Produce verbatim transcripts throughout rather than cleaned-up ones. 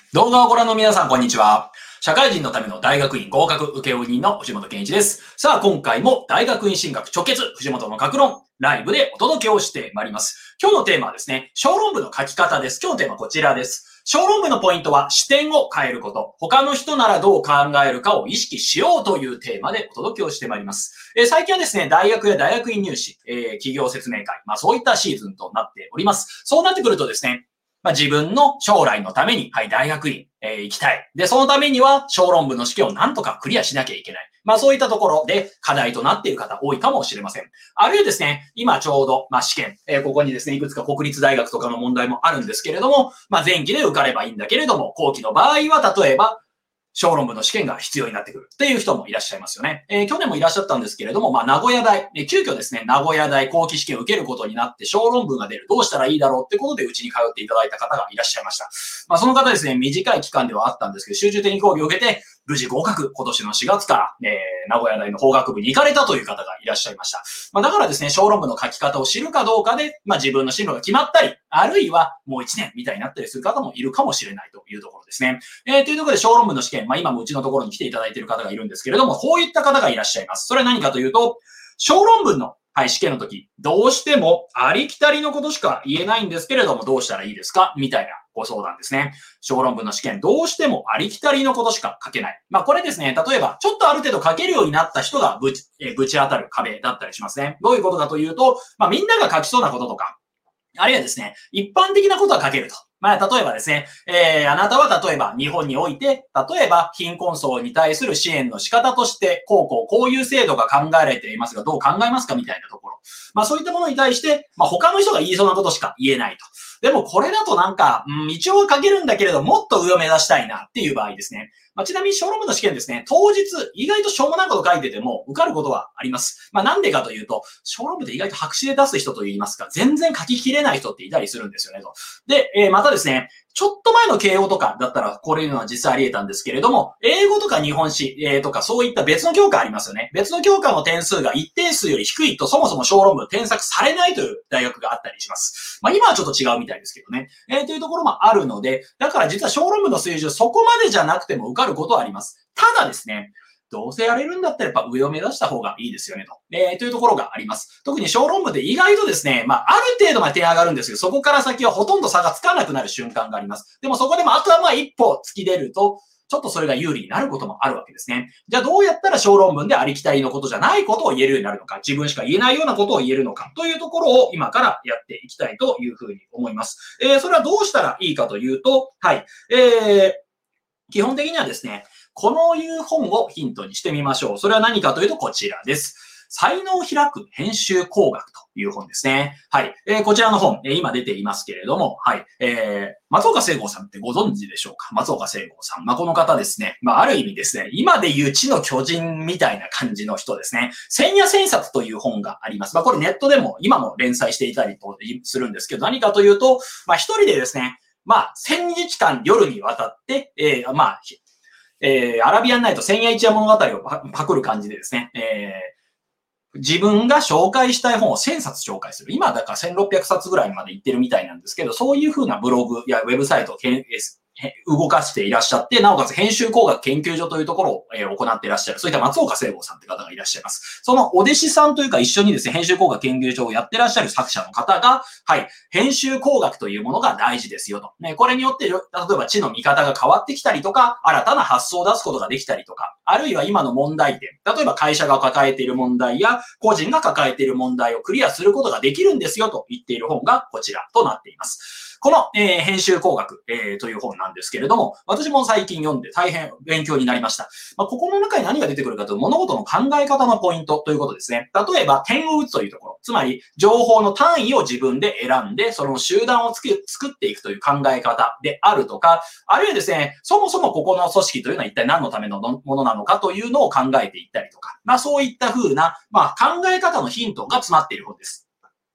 動画をご覧の皆さん、こんにちは。社会人のための大学院合格請負人の藤本健一です。さあ、今回も大学院進学直結、藤本の格論、ライブでお届けをしてまいります。今日のテーマはですね、小論文の書き方です。今日のテーマはこちらです。小論文のポイントは視点を変えること。他の人ならどう考えるかを意識しようというテーマでお届けをしてまいります。えー、最近はですね、大学や大学院入試、えー、企業説明会、まあそういったシーズンとなっております。そうなってくるとですね、まあ、自分の将来のために、はい、大学院、えー、行きたい。で、そのためには、小論文の試験をなんとかクリアしなきゃいけない。まあ、そういったところで課題となっている方多いかもしれません。あるいはですね、今ちょうど、まあ、試験、えー、ここにですね、いくつか国立大学とかの問題もあるんですけれども、まあ、前期で受かればいいんだけれども、後期の場合は、例えば、小論文の試験が必要になってくるっていう人もいらっしゃいますよね。えー、去年もいらっしゃったんですけれども、まあ、名古屋大、えー、急遽ですね、名古屋大後期試験を受けることになって、小論文が出る。どうしたらいいだろうってことで、うちに通っていただいた方がいらっしゃいました。まあ、その方ですね、短い期間ではあったんですけど、集中的に講義を受けて、無事合格、今年のしがつから、えー、名古屋大の法学部に行かれたという方がいらっしゃいました。まあ、だからですね、小論文の書き方を知るかどうかで、まあ、自分の進路が決まったり、あるいはもういちねんみたいになったりする方もいるかもしれないというところですね。えー、というところで小論文の試験、まあ、今もうちのところに来ていただいている方がいるんですけれども、こういった方がいらっしゃいます。それは何かというと、小論文のはい、試験の時、どうしてもありきたりのことしか言えないんですけれども、どうしたらいいですかみたいなご相談ですね。小論文の試験、どうしてもありきたりのことしか書けない。まあこれですね、例えば、ちょっとある程度書けるようになった人がぶち、えぶち当たる壁だったりしますね。どういうことかというと、まあみんなが書きそうなこととか、あるいはですね、一般的なことは書けると。まあ、例えばですね、えー、あなたは例えば日本において、例えば貧困層に対する支援の仕方として、こうこうこういう制度が考えられていますが、どう考えますかみたいなところ。まあそういったものに対して、まあ他の人が言いそうなことしか言えないと。でもこれだとなんか、うん、一応書けるんだけれど、もっと上を目指したいなっていう場合ですね。まあ、ちなみに小論文の試験ですね、当日、意外としょうもないこと書いてても受かることはあります。まあなんでかというと、小論文って意外と白紙で出す人と言いますか、全然書ききれない人っていたりするんですよねと。で、えー、またですね、ちょっと前の慶応とかだったら、これいうのは実際あり得たんですけれども、英語とか日本史、えー、とかそういった別の教科ありますよね。別の教科の点数が一定数より低いと、そもそも小論文添削されないという大学があったりします。まあ今はちょっと違うみたいですけどね。えー、というところもあるので、だから実は小論文の水準そこまでじゃなくても受かることはあります。ただですね、どうせやれるんだったらやっぱ上を目指した方がいいですよねと。えー、というところがあります。特に小論文で意外とですね、まあ、ある程度まで点上がるんですけど、そこから先はほとんど差がつかなくなる瞬間があります。でもそこでもあとはまあ一歩突き出ると、ちょっとそれが有利になることもあるわけですね。じゃあどうやったら小論文でありきたりのことじゃないことを言えるようになるのか、自分しか言えないようなことを言えるのかというところを今からやっていきたいというふうに思います。えー、それはどうしたらいいかというと、はい、えー、基本的にはですね、このいう本をヒントにしてみましょう。それは何かというとこちらです。才能を開く編集工学という本ですね。はい。えー、こちらの本、えー、今出ていますけれども、はい。えー、松岡聖剛さんってご存知でしょうか？松岡聖剛さん。まあ、この方ですね。まあ、ある意味ですね、今で言う知の巨人みたいな感じの人ですね。千夜千冊という本があります。まあ、これネットでも今も連載していたりとするんですけど、何かというと、まあ、一人でですね、まあ、千日間夜にわたって、えー、まあ、えー、アラビアンナイト千夜一夜物語をパパクる感じでですね、えー、自分が紹介したい本を千冊紹介する。今だから千六百冊ぐらいまで行ってるみたいなんですけど、そういう風なブログやウェブサイトをけん動かしていらっしゃって、なおかつ編集工学研究所というところを、えー、行っていらっしゃる、そういった松岡聖剛さんって方がいらっしゃいます。そのお弟子さんというか一緒にですね、編集工学研究所をやってらっしゃる作者の方が、はい、編集工学というものが大事ですよと。ね、これによって、例えば知の見方が変わってきたりとか、新たな発想を出すことができたりとか、あるいは今の問題点、例えば会社が抱えている問題や、個人が抱えている問題をクリアすることができるんですよと言っている本がこちらとなっています。この、えー、編集工学、えー、という本なんですけれども、私も最近読んで大変勉強になりました。まあ、ここの中に何が出てくるかというと、物事の考え方のポイントということですね。例えば、点を打つというところ。つまり、情報の単位を自分で選んで、その集団をつく作っていくという考え方であるとか、あるいはですね、そもそもここの組織というのは一体何のためのものなのかというのを考えていったりとか、まあそういった風な、まあ考え方のヒントが詰まっている本です。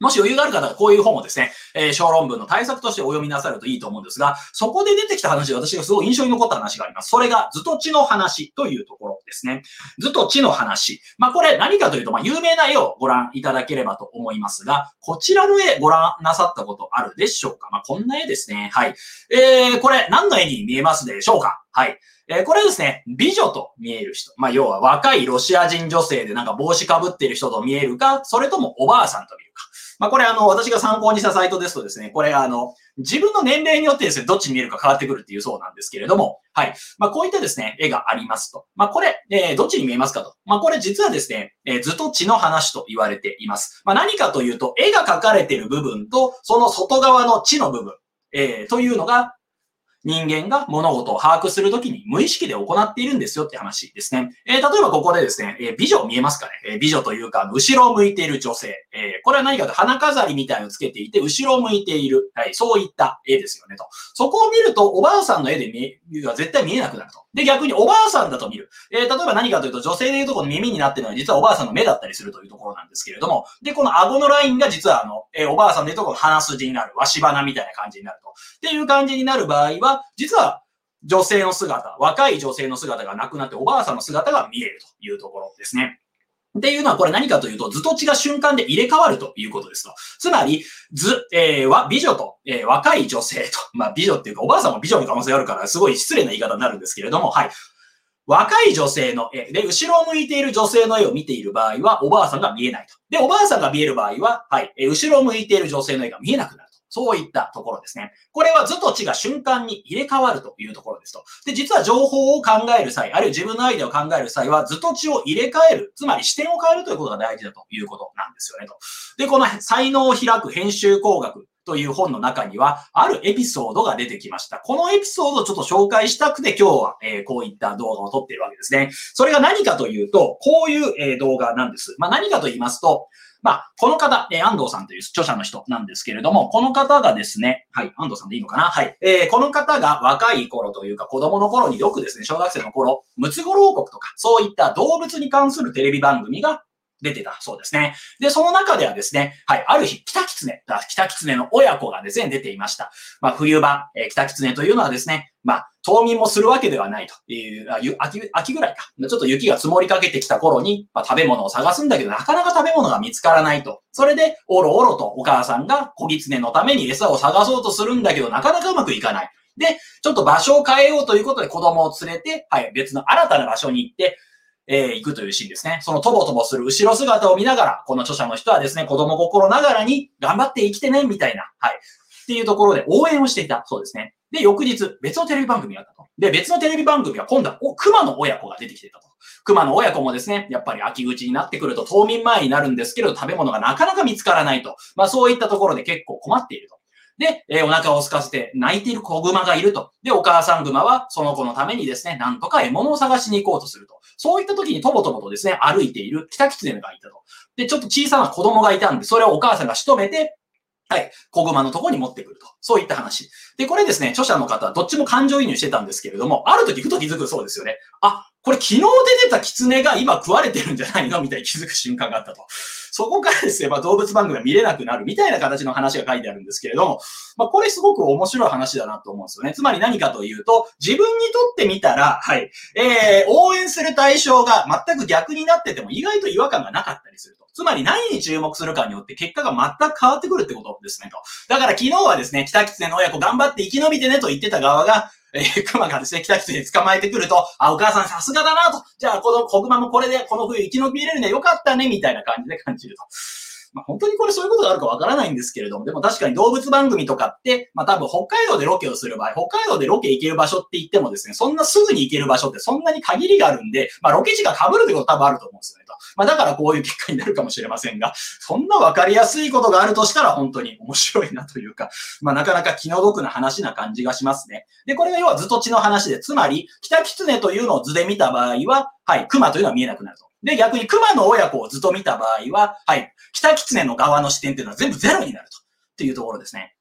もし余裕がある方はこういう本をですね、えー、小論文の対策としてお読みなさるといいと思うんですが、そこで出てきた話で私がすごい印象に残った話があります。それが図と地の話というところですね。図と地の話。まあこれ何かというと、まあ有名な絵をご覧いただければと思いますが、こちらの絵ご覧なさったことあるでしょうか？まあこんな絵ですね。はい。えー、これ何の絵に見えますでしょうか？はい。えー、これですね、美女と見える人。まあ要は若いロシア人女性でなんか帽子かぶってる人と見えるか、それともおばあさんと見るか。まあこれあの、私が参考にしたサイトですとですね、これあの、自分の年齢によってですね、どっちに見えるか変わってくるっていうそうなんですけれども、はい。まあこういったですね、絵がありますと。まあこれ、えー、どっちに見えますかと。まあこれ実はですね、えー、図と地の話と言われています。まあ何かというと、絵が描かれている部分と、その外側の地の部分、えー、というのが、人間が物事を把握するときに無意識で行っているんですよって話ですね。えー、例えばここでですね、えー、美女見えますかね、えー、美女というか、後ろを向いている女性。えー、これは何かと花飾りみたいのをつけていて、後ろを向いている。はい、そういった絵ですよねと。そこを見ると、おばあさんの絵で見え、は絶対見えなくなると。で、逆におばあさんだと見る。えー、例えば何かというと、女性でいうとこの耳になっているのは実はおばあさんの目だったりするというところなんですけれども、で、この顎のラインが実はあの、えー、おばあさんでいうとこの鼻筋になる。わし鼻みたいな感じになると。っていう感じになる場合は、実は、女性の姿、若い女性の姿がなくなっておばあさんの姿が見えるというところですね。っていうのはこれ何かというと、図と地が瞬間で入れ替わるということですと。つまり、図、えー、は、美女と、えー、若い女性と、まあ美女っていうかおばあさんも美女の可能性があるからすごい失礼な言い方になるんですけれども、はい。若い女性の絵で、後ろを向いている女性の絵を見ている場合は、おばあさんが見えないと。で、おばあさんが見える場合は、はい、後ろを向いている女性の絵が見えなくなる。そういったところですね。これは図と地が瞬間に入れ替わるというところですと。で、実は情報を考える際、あるいは自分のアイデアを考える際は、図と地を入れ替える。つまり視点を変えるということが大事だということなんですよねと。で、この才能を開く編集工学という本の中には、あるエピソードが出てきました。このエピソードをちょっと紹介したくて今日は、えー、こういった動画を撮っているわけですね。それが何かというと、こういう、えー、動画なんです。まあ何かと言いますと、まあ、この方、えー、安藤さんという著者の人なんですけれども、この方がですね、はい、安藤さんでいいのかなはい。えー、この方が若い頃というか子供の頃によくですね、小学生の頃、ムツゴロウ王国とか、そういった動物に関するテレビ番組が出てたそうですね。で、その中ではですね、はい、ある日、キタキツネ、キタキツネの親子がですね、出ていました。まあ、冬場、えー、キタキツネというのはですね、まあ、冬眠もするわけではないという、秋、秋ぐらいか。ちょっと雪が積もりかけてきた頃に、まあ、食べ物を探すんだけど、なかなか食べ物が見つからないと。それで、おろおろとお母さんが小狐のために餌を探そうとするんだけど、なかなかうまくいかない。で、ちょっと場所を変えようということで子供を連れて、はい、別の新たな場所に行って、えー、行くというシーンですね。そのとぼとぼする後ろ姿を見ながら、この著者の人はですね、子供心ながらに頑張って生きてね、みたいな、はい。っていうところで応援をしていたそうですね。で、翌日、別のテレビ番組があったと。で、別のテレビ番組は今度は、お、熊の親子が出てきてたと。熊の親子もですね、やっぱり秋口になってくると冬眠前になるんですけど、食べ物がなかなか見つからないと。まあそういったところで結構困っていると。で、えー、お腹を空かせて泣いている子熊がいると。で、お母さん熊はその子のためにですね、なんとか獲物を探しに行こうとすると。そういった時にとぼとぼとですね、歩いているキタキツネがいたと。で、ちょっと小さな子供がいたんで、それをお母さんが仕留めて、はい。子熊のところに持ってくると。そういった話。で、これですね、著者の方はどっちも感情移入してたんですけれども、ある時ふと気づくそうですよね。あ、これ昨日出てた狐が今食われてるんじゃないのみたいに気づく瞬間があったと。そこからですね、まあ動物番組が見れなくなるみたいな形の話が書いてあるんですけれども、まあこれすごく面白い話だなと思うんですよね。つまり何かというと、自分にとってみたら、はい、えー、応援する対象が全く逆になってても意外と違和感がなかったりすると。つまり何に注目するかによって結果が全く変わってくるってことですねと。だから昨日はですね、キタキツネの親子頑張って生き延びてねと言ってた側が、えー、熊がですね、キタキツネ捕まえてくると、あ、お母さんさすがだなと。じゃあ、この子熊もこれで、この冬生き延びれるね、よかったね、みたいな感じで感じると。まあ、本当にこれそういうことがあるかわからないんですけれども、でも確かに動物番組とかって、まあ多分北海道でロケをする場合、北海道でロケ行ける場所って言ってもですね、そんなすぐに行ける場所ってそんなに限りがあるんで、まあロケ地が被るってこと多分あると思うんですよねと。まあだからこういう結果になるかもしれませんが、そんなわかりやすいことがあるとしたら本当に面白いなというか、まあなかなか気の毒な話な感じがしますね。で、これが要は図と地の話で、つまり、キタキツネというのを図で見た場合は、はい、熊というのは見えなくなると。で、逆に熊の親子をずっと見た場合は、はい、キタキツネの側の視点っていうのは全部ゼロになると。っていうところですね。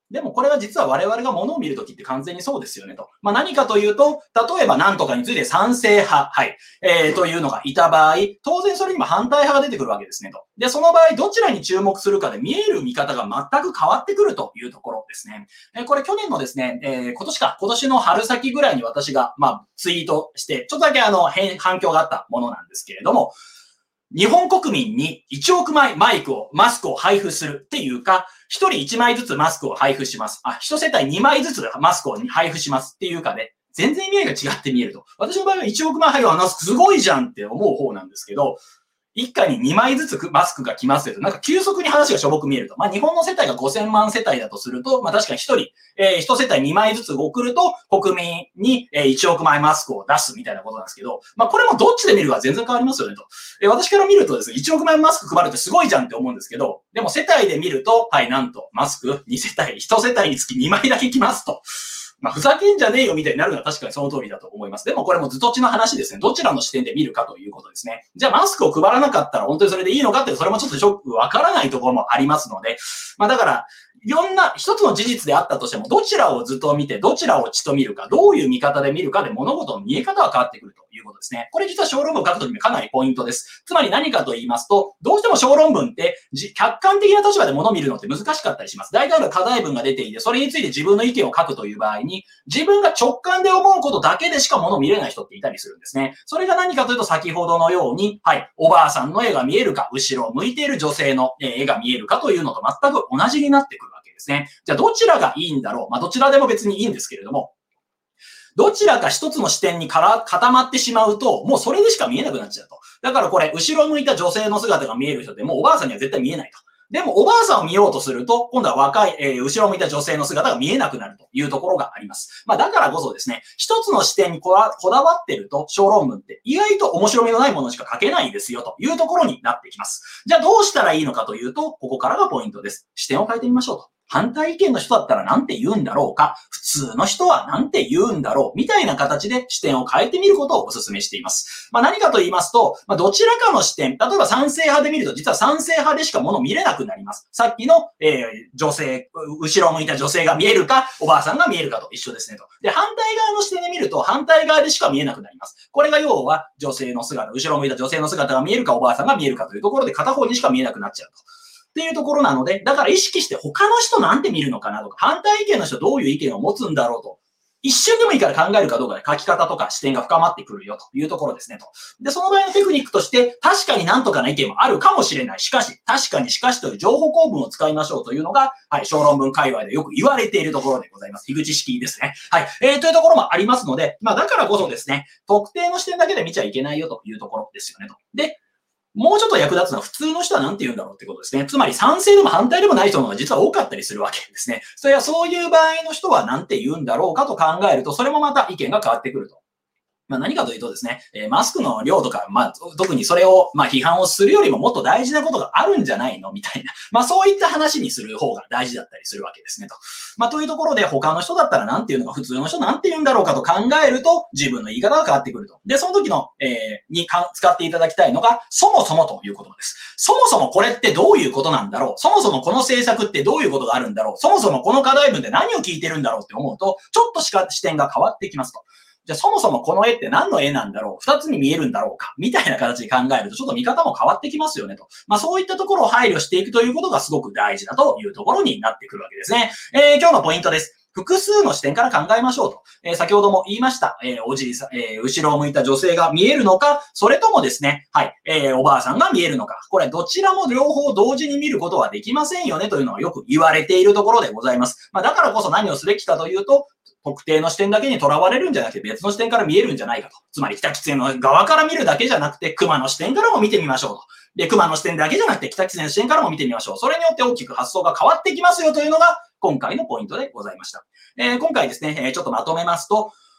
でもこれは実は我々が物を見るときって完全にそうですよねと。まあ何かというと、例えば何とかについて賛成派、はい、えー、というのがいた場合、当然それにも反対派が出てくるわけですねと。で、その場合どちらに注目するかで見える見方が全く変わってくるというところですね。えー、これ去年のですね、えー、今年か、今年の春先ぐらいに私が、まあ、ツイートして、ちょっとだけあの、反響があったものなんですけれども、日本国民にいちおくまいマイクを、マスクを配布するっていうか、ひとりいちまいずつマスクを配布します。あ、一世帯にまいずつマスクを配布しますっていうかで、全然意味合いが違って見えると。私の場合はいちおくまい配布はすごいじゃんって思う方なんですけど、一家ににまいずつマスクが来ますと、なんか急速に話がしょぼく見えると。まあ日本の世帯がごせんまん世帯だとすると、まあ確かに一人、えー、一世帯にまいずつ送ると、国民にいちおくまいマスクを出すみたいなことなんですけど、まあこれもどっちで見るか全然変わりますよねと。えー、私から見るとですね、いちおくまいマスク配るってすごいじゃんって思うんですけど、でも世帯で見ると、はい、なんとマスクに世帯、いち世帯につきにまいだけ来ますと。まあ、ふざけんじゃねえよみたいになるのは確かにその通りだと思います。でもこれもずっとちの話ですね。どちらの視点で見るかということですね。じゃあマスクを配らなかったら本当にそれでいいのかって、それもちょっとよくわからないところもありますので、まあだから、いろんな一つの事実であったとしても、どちらをずっと見て、どちらをちと見るか、どういう見方で見るかで物事の見え方が変わってくるということですね。これ実は小論文を書くときにかなりポイントです。つまり何かと言いますと、どうしても小論文って客観的な立場で物を見るのって難しかったりします。大体の課題文が出ていて、それについて自分の意見を書くという場合に、自分が直感で思うことだけでしか物を見れない人っていたりするんですね。それが何かというと先ほどのように、はい、おばあさんの絵が見えるか、後ろを向いている女性の絵が見えるかというのと全く同じになってくるわけですね。じゃあどちらがいいんだろう。まあどちらでも別にいいんですけれども、どちらか一つの視点にから固まってしまうと、もうそれでしか見えなくなっちゃうと。だからこれ、後ろ向いた女性の姿が見える人でもうおばあさんには絶対見えないと。でもおばあさんを見ようとすると、今度は若い、えー、後ろ向いた女性の姿が見えなくなるというところがあります。まあだからこそですね、一つの視点にこだ、こだわってると、小論文って意外と面白みのないものしか書けないですよというところになってきます。じゃあどうしたらいいのかというと、ここからがポイントです。視点を変えてみましょうと。反対意見の人だったら何て言うんだろうか、普通の人は何て言うんだろう、みたいな形で視点を変えてみることをお勧めしています。まあ何かと言いますと、まあどちらかの視点、例えば賛成派で見ると実は賛成派でしか物を見れなくなります。さっきの、えー、女性、後ろを向いた女性が見えるか、おばあさんが見えるかと一緒ですねと。で、反対側の視点で見ると反対側でしか見えなくなります。これが要は女性の姿、後ろを向いた女性の姿が見えるか、おばあさんが見えるかというところで片方にしか見えなくなっちゃうと。っていうところなので、だから意識して他の人なんて見るのかなとか、反対意見の人どういう意見を持つんだろうと、一瞬でもいいから考えるかどうかで書き方とか視点が深まってくるよというところですねと。で、その場合のテクニックとして、確かになんとかな意見もあるかもしれない。しかし、確かにしかしという情報構文を使いましょうというのが、はい、小論文界隈でよく言われているところでございます。樋口式ですね。はい、えー、というところもありますので、まあだからこそですね、特定の視点だけで見ちゃいけないよというところですよねと。で、もうちょっと役立つのは普通の人は何て言うんだろうってことですね。つまり賛成でも反対でもない人の方が実は多かったりするわけですね。それはそういう場合の人は何て言うんだろうかと考えると、それもまた意見が変わってくると。まあ何かというとですね、えー、マスクの量とか、まあ特にそれを、まあ批判をするよりももっと大事なことがあるんじゃないのみたいな。まあそういった話にする方が大事だったりするわけですねと。まあというところで他の人だったら何て言うのか、普通の人なんて言うんだろうかと考えると自分の言い方が変わってくると。で、その時の、えー、にか使っていただきたいのが、そもそもという言葉です。そもそもこれってどういうことなんだろう、そもそもこの政策ってどういうことがあるんだろう、そもそもこの課題文で何を聞いてるんだろうって思うと、ちょっとしか視点が変わってきますと。じゃあそもそもこの絵って何の絵なんだろう、二つに見えるんだろうかみたいな形で考えるとちょっと見方も変わってきますよねと。まあそういったところを配慮していくということがすごく大事だというところになってくるわけですね。えー、今日のポイントです。複数の視点から考えましょうと。えー、先ほども言いました。えー、おじいさん、えー、後ろを向いた女性が見えるのか、それともですね、はい、えー、おばあさんが見えるのか。これどちらも両方同時に見ることはできませんよねというのはよく言われているところでございます。まあだからこそ何をすべきかというと、特定の視点だけにとらわれるんじゃなくて別の視点から見えるんじゃないかと。つまり北狐の側から見るだけじゃなくて熊の視点からも見てみましょうと。で、熊の視点だけじゃなくて北狐の視点からも見てみましょう。それによって大きく発想が変わってきますよというのが今回のポイントでございました。えー、今回ですね、えー、ちょっとまとめますと、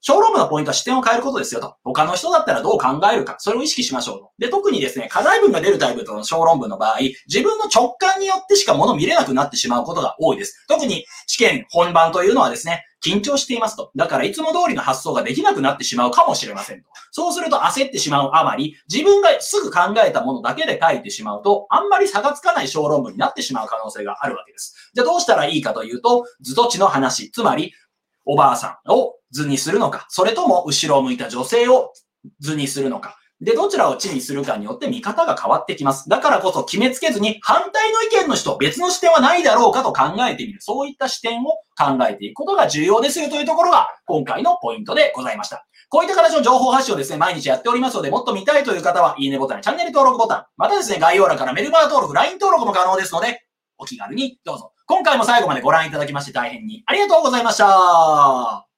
小論文のポイントは視点を変えることですよと。他の人だったらどう考えるか、それを意識しましょうと。で、特にですね、課題文が出るタイプとの小論文の場合、自分の直感によってしか物見れなくなってしまうことが多いです。特に試験本番というのはですね、緊張していますと。だからいつも通りの発想ができなくなってしまうかもしれませんと。そうすると焦ってしまうあまり、自分がすぐ考えたものだけで書いてしまうと、あんまり差がつかない小論文になってしまう可能性があるわけです。じゃあどうしたらいいかというと、図と地の話、つまり、おばあさんを図にするのか、それとも後ろを向いた女性を図にするのか。で、どちらを地にするかによって見方が変わってきます。だからこそ決めつけずに反対の意見の人、別の視点はないだろうかと考えてみる。そういった視点を考えていくことが重要ですよというところが今回のポイントでございました。こういった形の情報発信をですね、毎日やっておりますので、もっと見たいという方は、いいねボタン、チャンネル登録ボタン、またですね、概要欄からメルマガ登録、ライン 登録も可能ですので、お気軽にどうぞ。今回も最後までご覧いただきまして大変にありがとうございました。